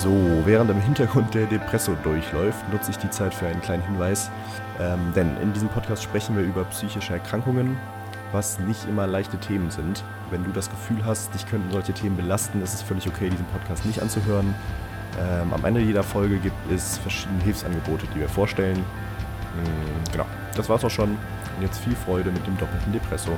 So, während im Hintergrund der Depresso durchläuft, nutze ich die Zeit für einen kleinen Hinweis. Denn in diesem Podcast sprechen wir über psychische Erkrankungen, was nicht immer leichte Themen sind. Wenn du das Gefühl hast, dich könnten solche Themen belasten, ist es völlig okay, diesen Podcast nicht anzuhören. Am Ende jeder Folge gibt es verschiedene Hilfsangebote, die wir vorstellen. Genau, das war's auch schon. Und jetzt viel Freude mit dem doppelten Depresso.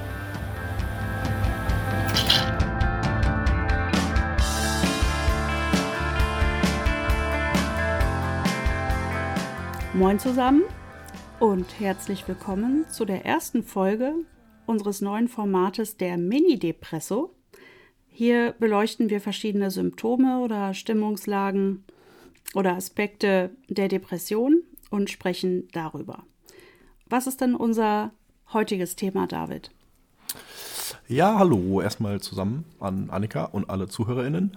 Moin zusammen und herzlich willkommen zu der ersten Folge unseres neuen Formates der Mini-Depresso. Hier beleuchten wir verschiedene Symptome oder Stimmungslagen oder Aspekte der Depression und sprechen darüber. Was ist denn unser heutiges Thema, David? Ja, hallo erstmal zusammen an Annika und alle ZuhörerInnen.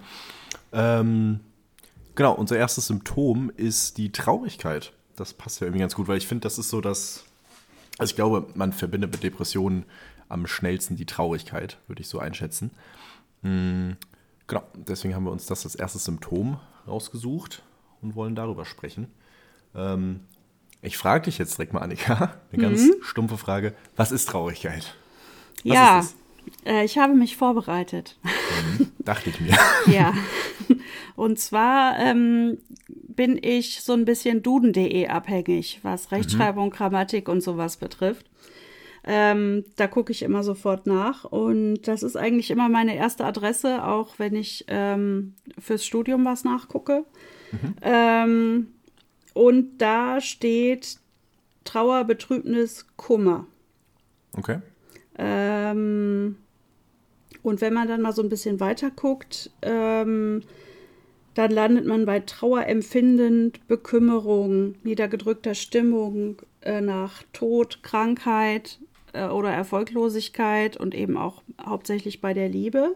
Genau, unser erstes Symptom ist die Traurigkeit. Das passt ja irgendwie ganz gut, weil ich finde, das ist so das, also ich glaube, man verbindet mit Depressionen am schnellsten die Traurigkeit, würde ich so einschätzen. Genau, deswegen haben wir uns das als erstes Symptom rausgesucht und wollen darüber sprechen. Ich frage dich jetzt direkt mal, Annika, eine ganz stumpfe Frage. Was ist Traurigkeit? Was ist das? Ich habe mich vorbereitet. Dachte ich mir. Ja, und zwar bin ich so ein bisschen duden.de abhängig, was Rechtschreibung, Grammatik und sowas betrifft. Da gucke ich immer sofort nach und das ist eigentlich immer meine erste Adresse, auch wenn ich fürs Studium was nachgucke. Und da steht Trauer, Betrübnis, Kummer. Okay. Und wenn man dann mal so ein bisschen weiter guckt, dann landet man bei Trauerempfinden, Bekümmerung, niedergedrückter Stimmung nach Tod, Krankheit oder Erfolglosigkeit und eben auch hauptsächlich bei der Liebe.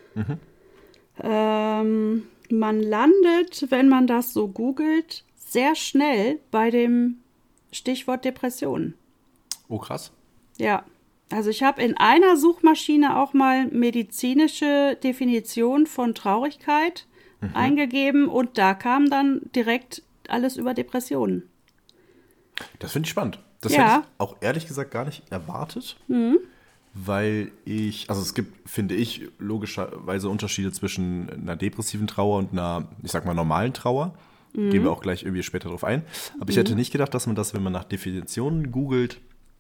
Man landet, wenn man das so googelt, sehr schnell bei dem Stichwort Depression. Oh, krass. Ja, also ich habe in einer Suchmaschine auch mal medizinische Definition von Traurigkeit eingegeben und da kam dann direkt alles über Depressionen. Das finde ich spannend. Das Ja. hätte ich auch ehrlich gesagt gar nicht erwartet, weil also es gibt, finde ich, logischerweise Unterschiede zwischen einer depressiven Trauer und einer, ich sag mal, normalen Trauer. Gehen wir auch gleich irgendwie später drauf ein. Aber ich hätte nicht gedacht, dass man das, wenn man nach Definitionen googelt,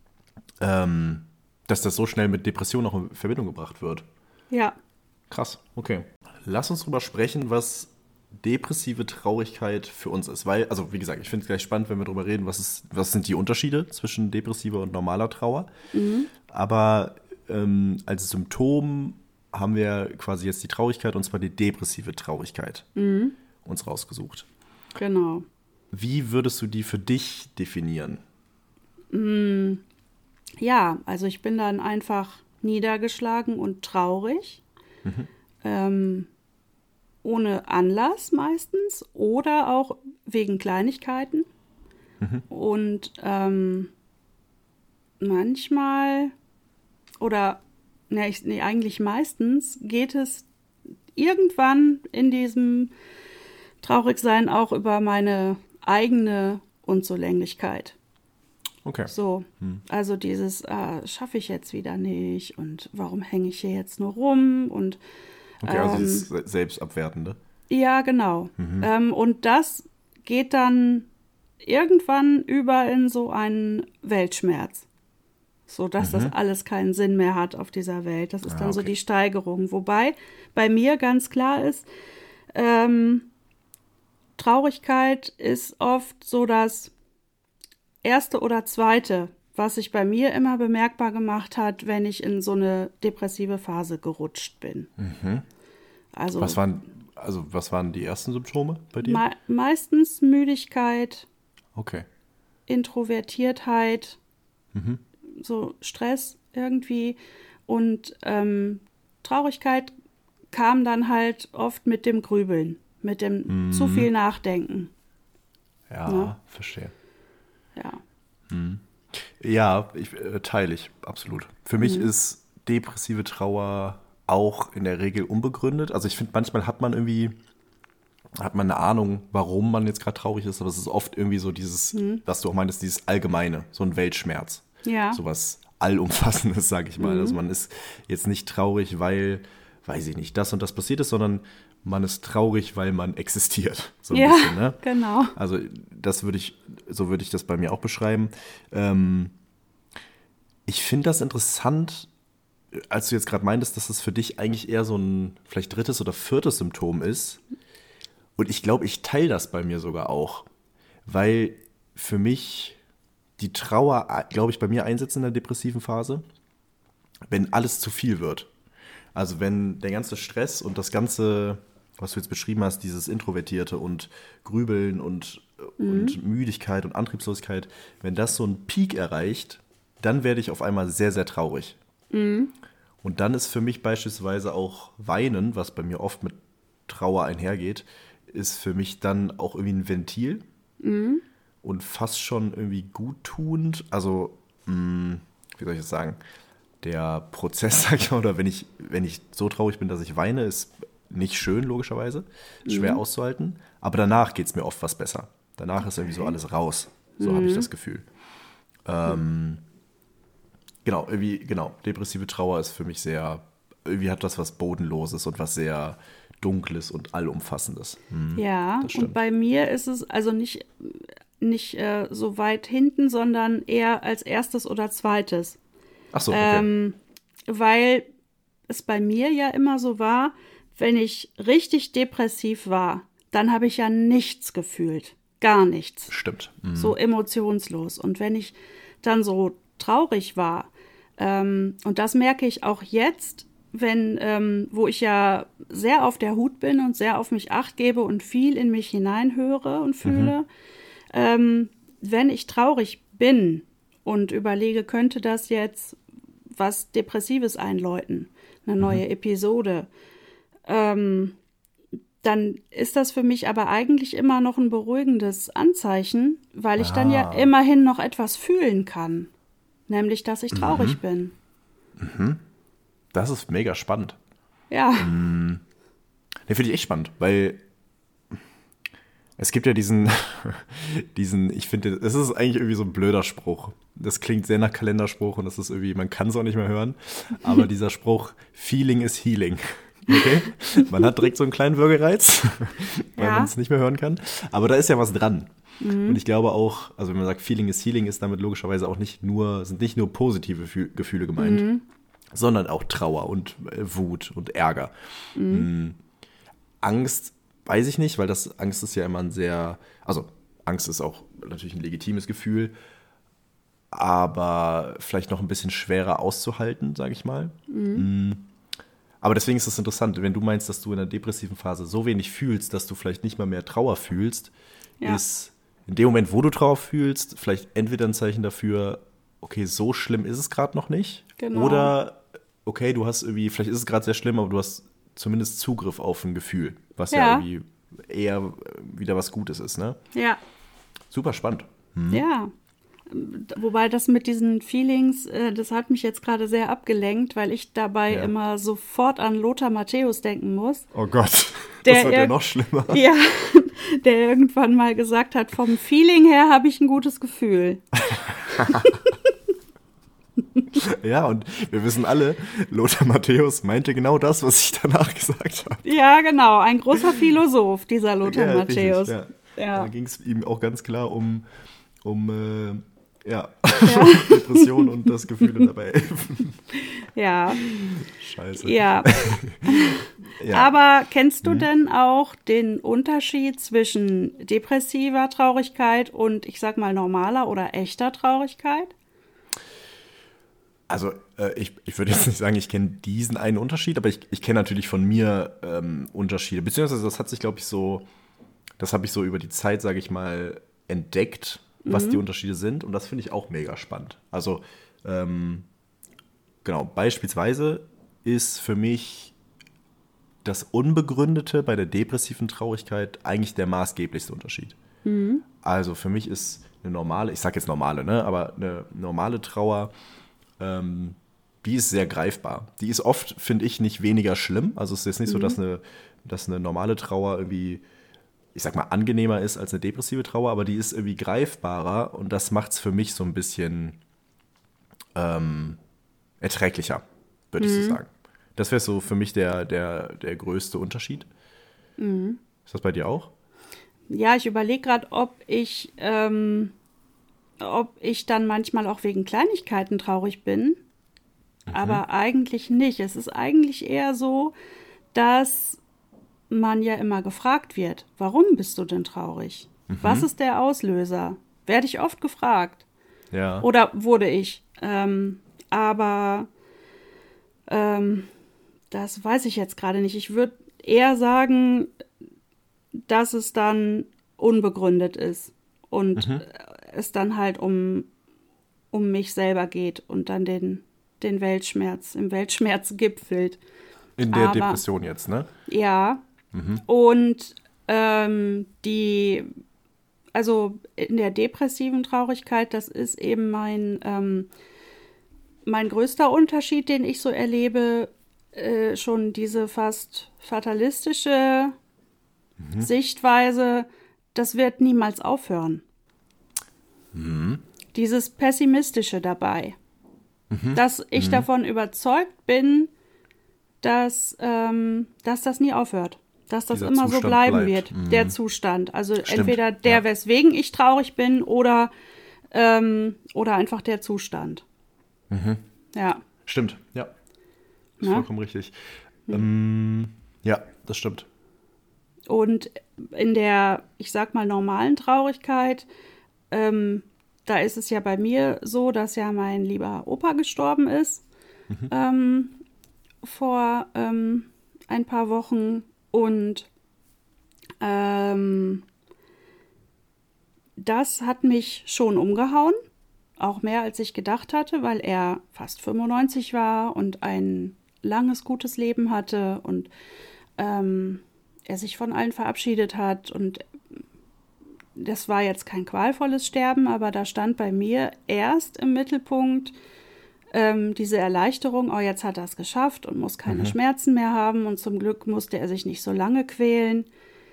dass das so schnell mit Depression auch in Verbindung gebracht wird. Ja, Krass, okay. Lass uns drüber sprechen, was depressive Traurigkeit für uns ist. Weil, also wie gesagt, ich finde es gleich spannend, wenn wir drüber reden, was sind die Unterschiede zwischen depressiver und normaler Trauer. Aber als Symptom haben wir quasi jetzt die Traurigkeit, und zwar die depressive Traurigkeit uns rausgesucht. genau. Wie würdest du die für dich definieren? Ja, also ich bin dann einfach niedergeschlagen und traurig. Ohne Anlass meistens oder auch wegen Kleinigkeiten. Und manchmal eigentlich meistens geht es irgendwann in diesem Traurigsein auch über meine eigene Unzulänglichkeit. Okay. So, also dieses schaffe ich jetzt wieder nicht und warum hänge ich hier jetzt nur rum und Okay, also das Selbstabwertende. ja, genau. Und das geht dann irgendwann über in so einen Weltschmerz, so dass das alles keinen Sinn mehr hat auf dieser Welt. Das ist dann so okay. die Steigerung. Wobei bei mir ganz klar ist, Traurigkeit ist oft so das erste oder zweite, was sich bei mir immer bemerkbar gemacht hat, wenn ich in so eine depressive Phase gerutscht bin. Also Was waren die ersten Symptome bei dir? Meistens Müdigkeit, Okay. Introvertiertheit, so Stress irgendwie und Traurigkeit kam dann halt oft mit dem Grübeln, mit dem zu viel Nachdenken. Ja, Ne? verstehe. Ja. Ja, teile ich, absolut. Für mich ist depressive Trauer auch in der Regel unbegründet. Also ich finde, manchmal hat man irgendwie hat man eine Ahnung, warum man jetzt gerade traurig ist, aber es ist oft irgendwie so dieses, was du auch meintest, dieses Allgemeine, so ein Weltschmerz. Ja. Sowas Allumfassendes, sag ich mal. Also man ist jetzt nicht traurig, weil, weiß ich nicht, das und das passiert ist, sondern man ist traurig, weil man existiert. So ein bisschen, ne? Genau. Also so würde ich das bei mir auch beschreiben. Ich finde das interessant, als du jetzt gerade meintest, dass es für dich eigentlich eher so ein vielleicht drittes oder viertes Symptom ist. Und ich glaube, ich teile das bei mir sogar auch. Weil für mich die Trauer, glaube ich, bei mir einsetzt in der depressiven Phase, wenn alles zu viel wird. Also wenn der ganze Stress und das ganze, was du jetzt beschrieben hast, dieses Introvertierte und Grübeln und Müdigkeit und Antriebslosigkeit, wenn das so einen Peak erreicht, dann werde ich auf einmal sehr, sehr traurig. Und dann ist für mich beispielsweise auch Weinen, was bei mir oft mit Trauer einhergeht, ist für mich dann auch irgendwie ein Ventil und fast schon irgendwie guttunend. Also, wie soll ich das sagen? Der Prozess, sag ich mal, oder wenn ich so traurig bin, dass ich weine, ist nicht schön, logischerweise. Schwer auszuhalten. Aber danach geht es mir oft was besser. Danach ist irgendwie so alles raus. So habe ich das Gefühl. Genau, depressive Trauer ist für mich irgendwie hat das was Bodenloses und was sehr Dunkles und Allumfassendes. Ja, das stimmt. und bei mir ist es also nicht so weit hinten, sondern eher als erstes oder zweites. Ach so, okay. Weil es bei mir ja immer so war, wenn ich richtig depressiv war, dann habe ich ja nichts gefühlt. Gar nichts. Stimmt. So emotionslos. Und wenn ich dann so traurig war, und das merke ich auch jetzt, wo ich ja sehr auf der Hut bin und sehr auf mich Acht gebe und viel in mich hineinhöre und fühle, wenn ich traurig bin und überlege, könnte das jetzt was Depressives einläuten, eine neue Episode, dann ist das für mich aber eigentlich immer noch ein beruhigendes Anzeichen, weil ich dann ja immerhin noch etwas fühlen kann, nämlich, dass ich traurig bin. Das ist mega spannend. Ja. Ne, finde ich echt spannend, weil es gibt ja diesen, ich finde, es ist eigentlich irgendwie so ein blöder Spruch. Das klingt sehr nach Kalenderspruch und das ist irgendwie, man kann es auch nicht mehr hören, aber dieser Spruch, Feeling is Healing. Okay? Man hat direkt so einen kleinen Würgereiz, weil man es nicht mehr hören kann. Aber da ist ja was dran. Und ich glaube auch, also wenn man sagt, Feeling is Healing, ist damit logischerweise auch sind nicht nur positive Gefühle gemeint, sondern auch Trauer und Wut und Ärger. Angst, weiß ich nicht, weil Angst ist ja immer Angst ist auch natürlich ein legitimes Gefühl, aber vielleicht noch ein bisschen schwerer auszuhalten, sage ich mal. Aber deswegen ist es interessant, wenn du meinst, dass du in der depressiven Phase so wenig fühlst, dass du vielleicht nicht mal mehr Trauer fühlst, ist in dem Moment, wo du Trauer fühlst, vielleicht entweder ein Zeichen dafür, okay, so schlimm ist es gerade noch nicht. Genau. Oder, okay, du hast irgendwie, vielleicht ist es gerade sehr schlimm, aber du hast zumindest Zugriff auf ein Gefühl, was ja irgendwie eher wieder was Gutes ist, ne? Ja. Super spannend. Ja. Wobei das mit diesen Feelings, das hat mich jetzt gerade sehr abgelenkt, weil ich dabei immer sofort an Lothar Matthäus denken muss. Oh Gott, das wird ja noch schlimmer. Ja, der irgendwann mal gesagt hat, vom Feeling her habe ich ein gutes Gefühl. Ja, und wir wissen alle, Lothar Matthäus meinte genau das, was ich danach gesagt habe. Ja, genau, ein großer Philosoph, dieser Lothar Matthäus. Richtig, ja. Da ging es ihm auch ganz klar um Depression und das Gefühl dabei helfen. Ja. Scheiße. Ja. Aber kennst du denn auch den Unterschied zwischen depressiver Traurigkeit und, ich sag mal, normaler oder echter Traurigkeit? Also ich würde jetzt nicht sagen, ich kenne diesen einen Unterschied, aber ich kenne natürlich von mir Unterschiede. Beziehungsweise das hat sich, glaube ich, das habe ich so über die Zeit, sage ich mal, entdeckt, was die Unterschiede sind. Und das finde ich auch mega spannend. Also genau, beispielsweise ist für mich das Unbegründete bei der depressiven Traurigkeit eigentlich der maßgeblichste Unterschied. Also für mich ist eine normale, ich sage jetzt normale, ne, aber eine normale Trauer, die ist sehr greifbar. Die ist oft, finde ich, nicht weniger schlimm. Also es ist jetzt nicht so, dass eine normale Trauer irgendwie ich sag mal, angenehmer ist als eine depressive Trauer, aber die ist irgendwie greifbarer und das macht es für mich so ein bisschen erträglicher, würde ich so sagen. Das wäre so für mich der größte Unterschied. Ist das bei dir auch? Ja, ich überlege gerade, ob ich dann manchmal auch wegen Kleinigkeiten traurig bin. Aber eigentlich nicht. Es ist eigentlich eher so, dass man ja immer gefragt wird, warum bist du denn traurig? Was ist der Auslöser? Werde ich oft gefragt. Ja. Oder wurde ich. Aber das weiß ich jetzt gerade nicht. Ich würde eher sagen, dass es dann unbegründet ist und es dann halt um mich selber geht und dann den Weltschmerz, im Weltschmerz gipfelt. In der Depression jetzt, ne? Ja. Und also in der depressiven Traurigkeit, das ist eben mein größter Unterschied, den ich so erlebe, schon diese fast fatalistische Sichtweise, das wird niemals aufhören. Dieses Pessimistische dabei. Dass ich davon überzeugt bin, dass das nie aufhört. Dass das Dieser immer so Zustand bleiben bleibt. wird, der Zustand. Also Stimmt, entweder der, ja. weswegen ich traurig bin, oder einfach der Zustand. Ja. Stimmt, ja. Ist Na? vollkommen richtig. Ja, das stimmt. Und in der, ich sag mal, normalen Traurigkeit, da ist es ja bei mir so, dass ja mein lieber Opa gestorben ist vor ein paar Wochen. Und das hat mich schon umgehauen, auch mehr als ich gedacht hatte, weil er fast 95 war und ein langes, gutes Leben hatte und er sich von allen verabschiedet hat. Und das war jetzt kein qualvolles Sterben, aber da stand bei mir erst im Mittelpunkt diese Erleichterung, oh, jetzt hat er es geschafft und muss keine Schmerzen mehr haben und zum Glück musste er sich nicht so lange quälen.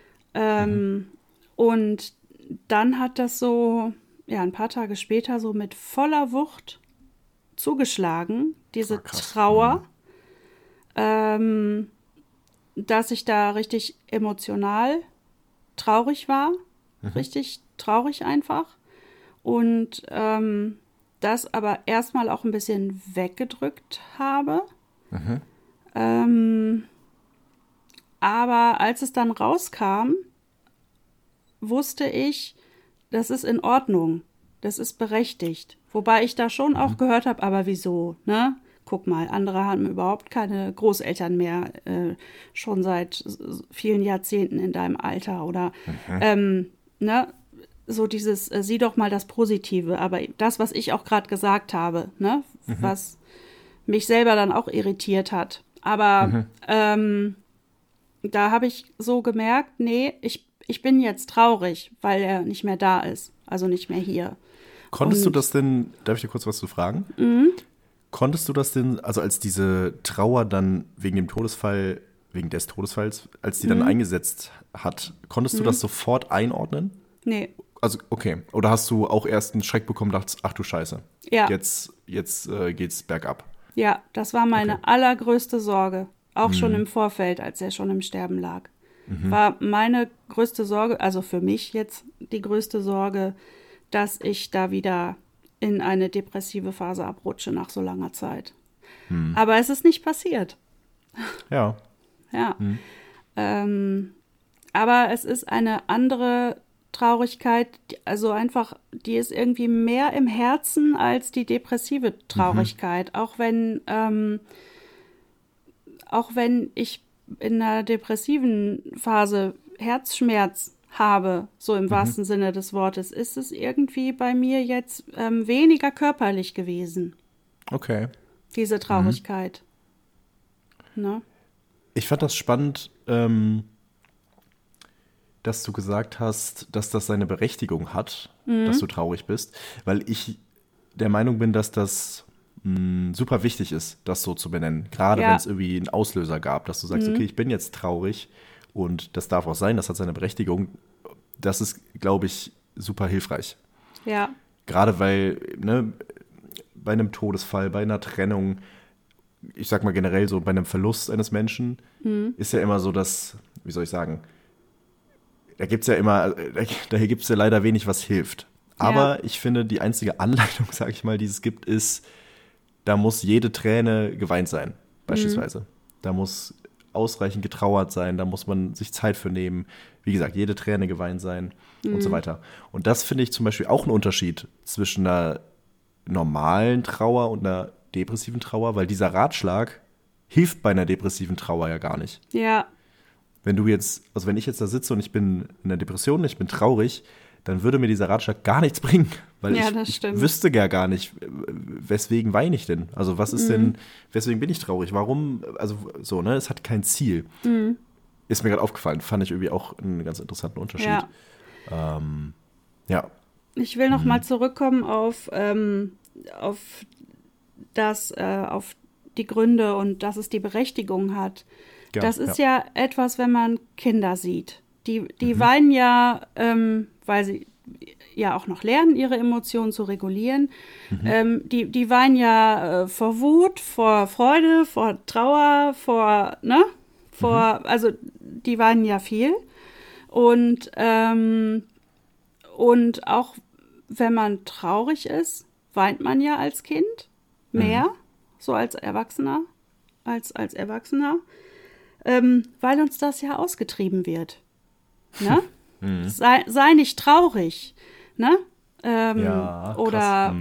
Und dann hat das so, ja, ein paar Tage später so mit voller Wucht zugeschlagen, diese Trauer, dass ich da richtig emotional traurig war, richtig traurig einfach und das aber erstmal auch ein bisschen weggedrückt habe. Aber als es dann rauskam, wusste ich, das ist in Ordnung, das ist berechtigt. Wobei ich da schon auch gehört habe, aber wieso, ne? Guck mal, andere haben überhaupt keine Großeltern mehr, schon seit vielen Jahrzehnten in deinem Alter oder, ne? So dieses, sieh doch mal das Positive, aber das, was ich auch gerade gesagt habe, ne? Was mich selber dann auch irritiert hat. Aber da habe ich so gemerkt, nee, ich bin jetzt traurig, weil er nicht mehr da ist, also nicht mehr hier. Konntest du das denn, darf ich dir kurz was zu fragen? Konntest du das denn, also als diese Trauer dann wegen des Todesfalls, als die dann eingesetzt hat, konntest du das sofort einordnen? Nee. Also, okay. Oder hast du auch erst einen Schreck bekommen und dachtest, ach du Scheiße, Ja. jetzt geht's bergab. Ja, das war meine allergrößte Sorge. Auch schon im Vorfeld, als er schon im Sterben lag. War meine größte Sorge, also für mich jetzt die größte Sorge, dass ich da wieder in eine depressive Phase abrutsche nach so langer Zeit. Aber es ist nicht passiert. Ja. Ja. Aber es ist eine andere Traurigkeit, also einfach, die ist irgendwie mehr im Herzen als die depressive Traurigkeit. Auch wenn ich in einer depressiven Phase Herzschmerz habe, so im wahrsten Sinne des Wortes, ist es irgendwie bei mir jetzt weniger körperlich gewesen, Okay. diese Traurigkeit. Ne? Ich fand das spannend, dass du gesagt hast, dass das seine Berechtigung hat, dass du traurig bist, weil ich der Meinung bin, dass das super wichtig ist, das so zu benennen. Gerade Ja. wenn es irgendwie einen Auslöser gab, dass du sagst, okay, ich bin jetzt traurig und das darf auch sein, das hat seine Berechtigung. das ist, glaube ich, super hilfreich. Ja. Gerade weil, ne, bei einem Todesfall, bei einer Trennung, ich sag mal generell so bei einem Verlust eines Menschen, ist ja immer so, dass, wie soll ich sagen, da gibt es ja immer, daher gibt es ja leider wenig, was hilft. Aber ich finde, die einzige Anleitung, sag ich mal, die es gibt, ist, da muss jede Träne geweint sein, beispielsweise. Da muss ausreichend getrauert sein, da muss man sich Zeit für nehmen. Wie gesagt, jede Träne geweint sein und so weiter. Und das finde ich zum Beispiel auch einen Unterschied zwischen einer normalen Trauer und einer depressiven Trauer, weil dieser Ratschlag hilft bei einer depressiven Trauer ja gar nicht. Ja. Wenn ich jetzt da sitze und ich bin in der Depression, ich bin traurig, dann würde mir dieser Ratschlag gar nichts bringen, weil ich wüsste gar nicht, weswegen weine ich denn? Also was ist denn, weswegen bin ich traurig? Warum? Also so, ne, es hat kein Ziel. Ist mir gerade aufgefallen, fand ich irgendwie auch einen ganz interessanten Unterschied. Ja. Ich will noch mal zurückkommen auf die Gründe und dass es die Berechtigung hat. Ja, das ist ja etwas, wenn man Kinder sieht. Die weinen ja, weil sie ja auch noch lernen, ihre Emotionen zu regulieren. Die weinen ja vor Wut, vor Freude, vor Trauer, also die weinen ja viel. Und auch wenn man traurig ist, weint man ja als Kind mehr, so als Erwachsener, weil uns das ja ausgetrieben wird. Ne? Sei nicht traurig, ne? Oder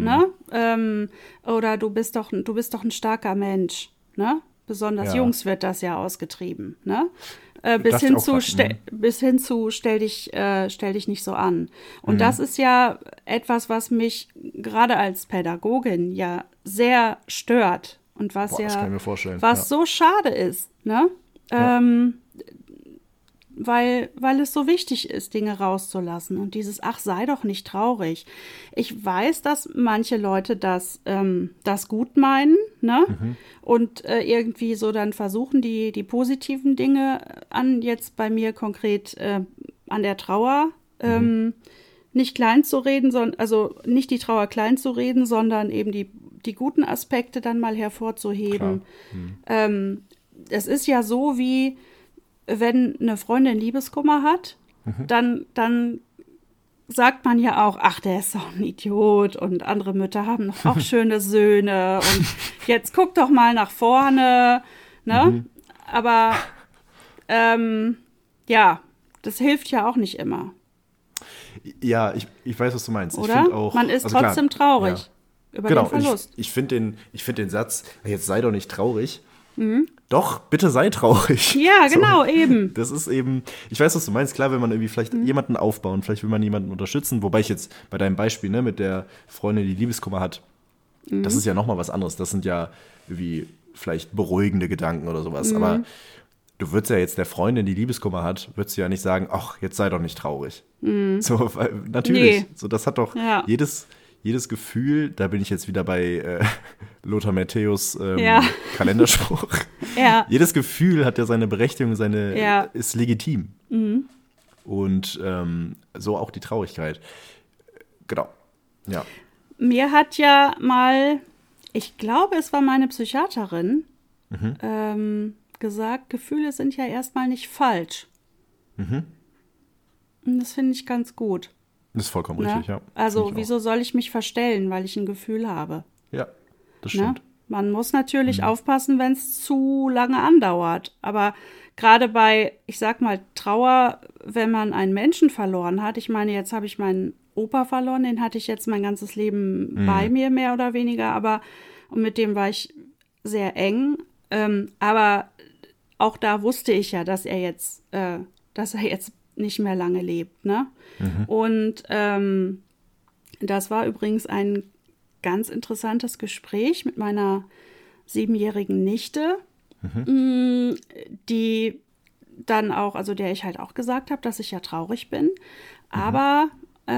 du bist doch ein starker Mensch, ne? Besonders Jungs wird das ja ausgetrieben, ne? Bis hin zu stell dich nicht so an. Und das ist ja etwas, was mich gerade als Pädagogin ja sehr stört und was das kann ich mir vorstellen. So schade ist, ne? Weil es so wichtig ist, Dinge rauszulassen. Und dieses, ach, sei doch nicht traurig. Ich weiß, dass manche Leute das gut meinen, ne? Und irgendwie so dann versuchen, die positiven Dinge jetzt bei mir konkret an der Trauer nicht klein zu reden, also nicht die Trauer klein zu reden, sondern eben die guten Aspekte dann mal hervorzuheben. Es ist ja so, wie wenn eine Freundin Liebeskummer hat, dann sagt man ja auch, ach, der ist doch ein Idiot und andere Mütter haben doch auch schöne Söhne und jetzt guck doch mal nach vorne, ne? Aber das hilft ja auch nicht immer. Ja, ich weiß, was du meinst. Oder? Ich find auch, man ist also trotzdem traurig über den Verlust. Ich finde den Satz, jetzt sei doch nicht traurig. Doch, bitte sei traurig. Ja, genau, eben. Das ist eben, ich weiß, was du meinst. Klar, will man irgendwie vielleicht jemanden aufbauen, vielleicht will man jemanden unterstützen. Wobei ich jetzt bei deinem Beispiel, ne, mit der Freundin, die Liebeskummer hat, das ist ja nochmal was anderes. Das sind ja irgendwie vielleicht beruhigende Gedanken oder sowas. Aber du würdest ja jetzt der Freundin, die Liebeskummer hat, würdest du ja nicht sagen, ach, jetzt sei doch nicht traurig. So, weil, natürlich. Nee. So, das hat doch jedes Gefühl, da bin ich jetzt wieder bei Lothar Matthäus Kalenderspruch. Jedes Gefühl hat ja seine Berechtigung, ist legitim. Und so auch die Traurigkeit. Genau. Ja. Mir hat ja mal, ich glaube, es war meine Psychiaterin, gesagt, Gefühle sind ja erstmal nicht falsch. Und das finde ich ganz gut. Das ist vollkommen richtig, ja. Also wieso soll ich mich verstellen, weil ich ein Gefühl habe? Ja, das stimmt. Man muss natürlich aufpassen, wenn es zu lange andauert. Aber gerade bei, ich sag mal, Trauer, wenn man einen Menschen verloren hat, ich meine, jetzt habe ich meinen Opa verloren, den hatte ich jetzt mein ganzes Leben bei mir, mehr oder weniger, und mit dem war ich sehr eng. Aber auch da wusste ich ja, dass er jetzt nicht mehr lange lebt, ne? Und das war übrigens ein ganz interessantes Gespräch mit meiner 7-jährigen Nichte, die dann auch, also der ich halt auch gesagt habe, dass ich ja traurig bin, aber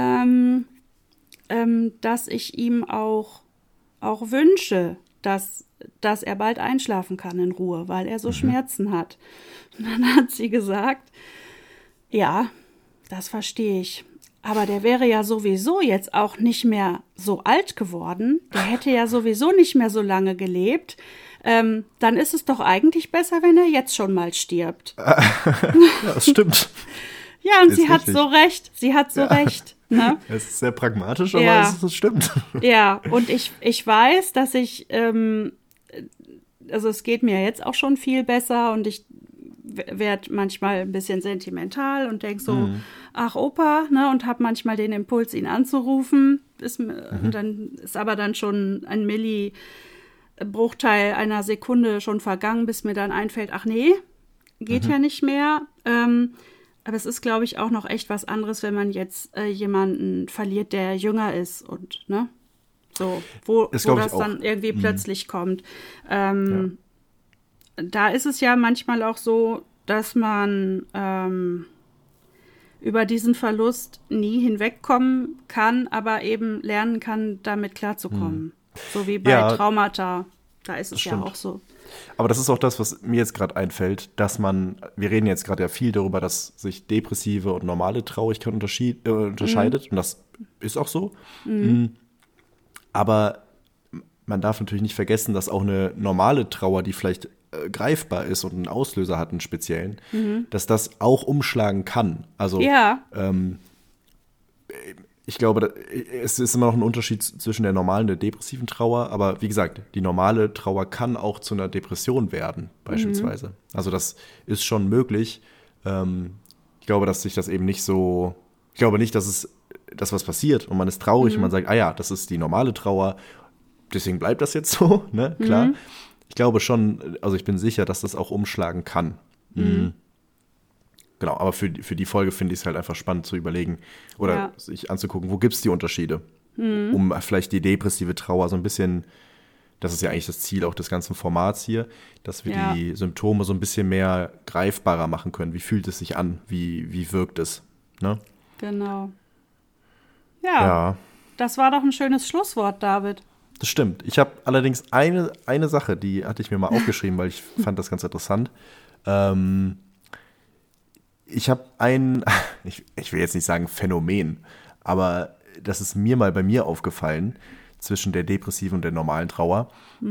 dass ich ihm auch wünsche, dass er bald einschlafen kann in Ruhe, weil er so Schmerzen hat. Und dann hat sie gesagt, ja, das verstehe ich. Aber der wäre ja sowieso jetzt auch nicht mehr so alt geworden. Der hätte ja sowieso nicht mehr so lange gelebt. Dann ist es doch eigentlich besser, wenn er jetzt schon mal stirbt. Ja, das stimmt. Ja, und Ist sie hat richtig. so recht. Sie hat so recht. Ne? Es ist sehr pragmatisch, aber Ja. es stimmt. Ja, und ich weiß, dass ich, also es geht mir jetzt auch schon viel besser und ich werde manchmal ein bisschen sentimental und denke so, ach Opa, ne, und habe manchmal den Impuls, ihn anzurufen. Und dann ist aber dann schon ein Bruchteil einer Sekunde schon vergangen, bis mir dann einfällt, ach nee, geht ja nicht mehr. Aber es ist, glaube ich, auch noch echt was anderes, wenn man jetzt jemanden verliert, der jünger ist und, ne, so, wo Das das glaube ich auch. dann irgendwie plötzlich kommt. Da ist es ja manchmal auch so, dass man über diesen Verlust nie hinwegkommen kann, aber eben lernen kann, damit klarzukommen. So wie bei Ja, Traumata. Da ist es ja stimmt. auch so. Aber das ist auch das, was mir jetzt gerade einfällt, dass wir reden jetzt gerade ja viel darüber, dass sich depressive und normale Traurigkeit unterscheidet. Und das ist auch so. Aber man darf natürlich nicht vergessen, dass auch eine normale Trauer, die vielleicht greifbar ist und einen Auslöser hat, einen speziellen, dass das auch umschlagen kann. Also Ja, ich glaube, es ist immer noch ein Unterschied zwischen der normalen und der depressiven Trauer, aber wie gesagt, die normale Trauer kann auch zu einer Depression werden, beispielsweise. Also das ist schon möglich. Ich glaube, dass sich das eben nicht so, ich glaube nicht, dass was passiert und man ist traurig und man sagt, ah ja, das ist die normale Trauer, deswegen bleibt das jetzt so, ne, klar. Ich glaube schon, also ich bin sicher, dass das auch umschlagen kann. Genau, aber für die Folge finde ich es halt einfach spannend zu überlegen oder sich anzugucken, wo gibt es die Unterschiede, um vielleicht die depressive Trauer so ein bisschen, das ist ja eigentlich das Ziel auch des ganzen Formats hier, dass wir die Symptome so ein bisschen mehr greifbarer machen können. Wie fühlt es sich an? Wie wirkt es? Ne? genau. Ja, Das war doch ein schönes Schlusswort, David. das stimmt. Ich habe allerdings eine Sache, die hatte ich mir mal aufgeschrieben, weil ich fand das ganz interessant. Ich habe ich will jetzt nicht sagen Phänomen, aber das ist mir mal bei mir aufgefallen, zwischen der depressiven und der normalen Trauer.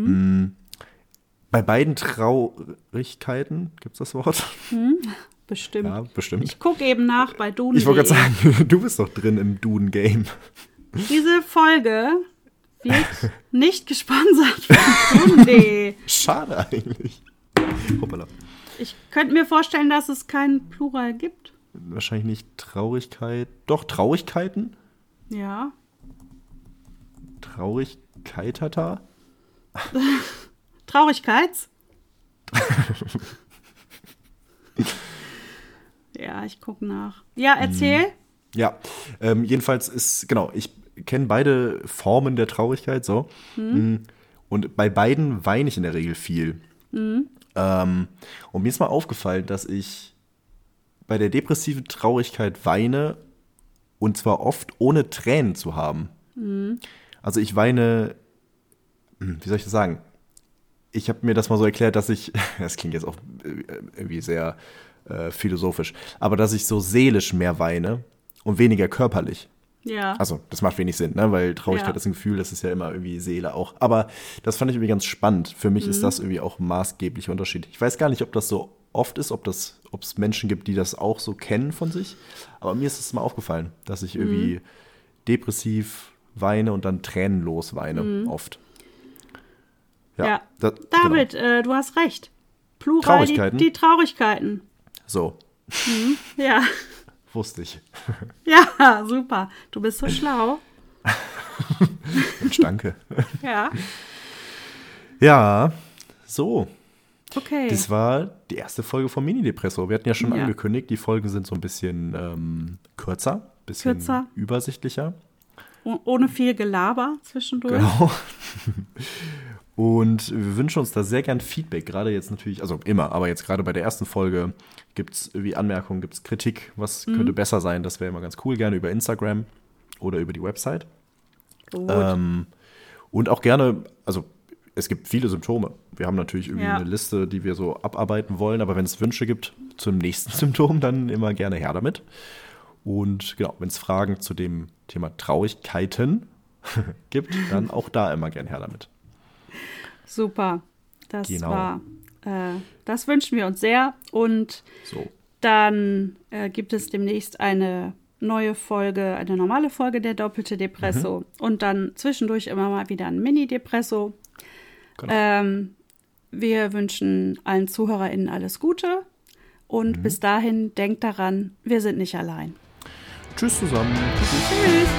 Bei beiden Traurigkeiten, gibt es das Wort? Bestimmt. Ja, bestimmt. Ich gucke eben nach bei Duden. Ich wollte gerade sagen, du bist doch drin im Duden-Game. Diese Folge wird nicht gesponsert von Duden.de. Schade eigentlich. Hoppala. Ich könnte mir vorstellen, dass es keinen Plural gibt. Wahrscheinlich nicht Traurigkeit. Doch, Traurigkeiten? Ja. Traurigkeitata? Traurigkeits? Ja, ich gucke nach. Ja, erzähl. Ja, jedenfalls genau, ich kenne beide Formen der Traurigkeit so. Und bei beiden weine ich in der Regel viel. Und mir ist mal aufgefallen, dass ich bei der depressiven Traurigkeit weine und zwar oft ohne Tränen zu haben. Also ich weine, wie soll ich das sagen? Ich habe mir das mal so erklärt, dass das klingt jetzt auch irgendwie sehr philosophisch, aber dass ich so seelisch mehr weine und weniger körperlich. Ja. Also, das macht wenig Sinn, ne? Weil Traurigkeit ist ein Gefühl, das ist ja immer irgendwie Seele auch. Aber das fand ich irgendwie ganz spannend. Für mich ist das irgendwie auch ein maßgeblicher Unterschied. Ich weiß gar nicht, ob das so oft ist, ob es Menschen gibt, die das auch so kennen von sich. Aber mir ist es mal aufgefallen, dass ich irgendwie depressiv weine und dann tränenlos weine, oft. Ja. Genau. David, du hast recht. Plural, Traurigkeiten? die Traurigkeiten. So, Ja. wusste ich. Ja, super. Du bist so schlau. Mensch, danke. Ja. Ja, so. Okay. Das war die erste Folge vom Mini-Depresso. Wir hatten ja schon Ja. angekündigt, die Folgen sind so ein bisschen kürzer, bisschen Kürzer. übersichtlicher. Ohne viel Gelaber zwischendurch. Genau. Und wir wünschen uns da sehr gern Feedback, gerade jetzt natürlich, also immer, aber jetzt gerade bei der ersten Folge gibt es irgendwie Anmerkungen, gibt es Kritik, was könnte besser sein, das wäre immer ganz cool, gerne über Instagram oder über die Website. Gut. Und auch gerne, also es gibt viele Symptome. Wir haben natürlich irgendwie Ja. eine Liste, die wir so abarbeiten wollen, aber wenn es Wünsche gibt zum nächsten Symptom, dann immer gerne her damit. Und genau, wenn es Fragen zu dem Thema Traurigkeiten gibt, dann auch da immer gern her damit. Super, das wünschen wir uns sehr. Und dann gibt es demnächst eine neue Folge, eine normale Folge der Doppelte Depresso und dann zwischendurch immer mal wieder ein Mini-Depresso. Genau. Wir wünschen allen ZuhörerInnen alles Gute und bis dahin denkt daran, wir sind nicht allein. Tschüss zusammen. Tschüss.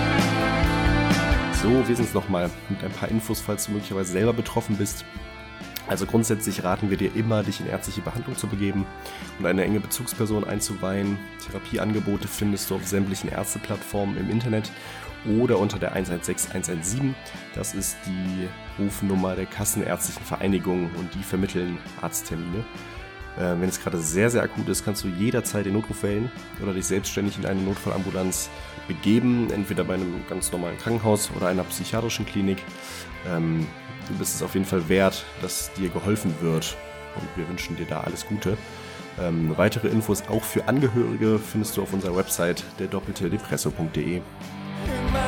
So, wir sind es nochmal mit ein paar Infos, falls du möglicherweise selber betroffen bist. Also grundsätzlich raten wir dir immer, dich in ärztliche Behandlung zu begeben und eine enge Bezugsperson einzuweihen. Therapieangebote findest du auf sämtlichen Ärzteplattformen im Internet oder unter der 116117. Das ist die Rufnummer der Kassenärztlichen Vereinigung und die vermitteln Arzttermine. Wenn es gerade sehr, sehr akut ist, kannst du jederzeit den Notruf wählen oder dich selbstständig in eine Notfallambulanz begeben, entweder bei einem ganz normalen Krankenhaus oder einer psychiatrischen Klinik. Du bist es auf jeden Fall wert, dass dir geholfen wird und wir wünschen dir da alles Gute. Weitere Infos auch für Angehörige findest du auf unserer Website der Depresso.de.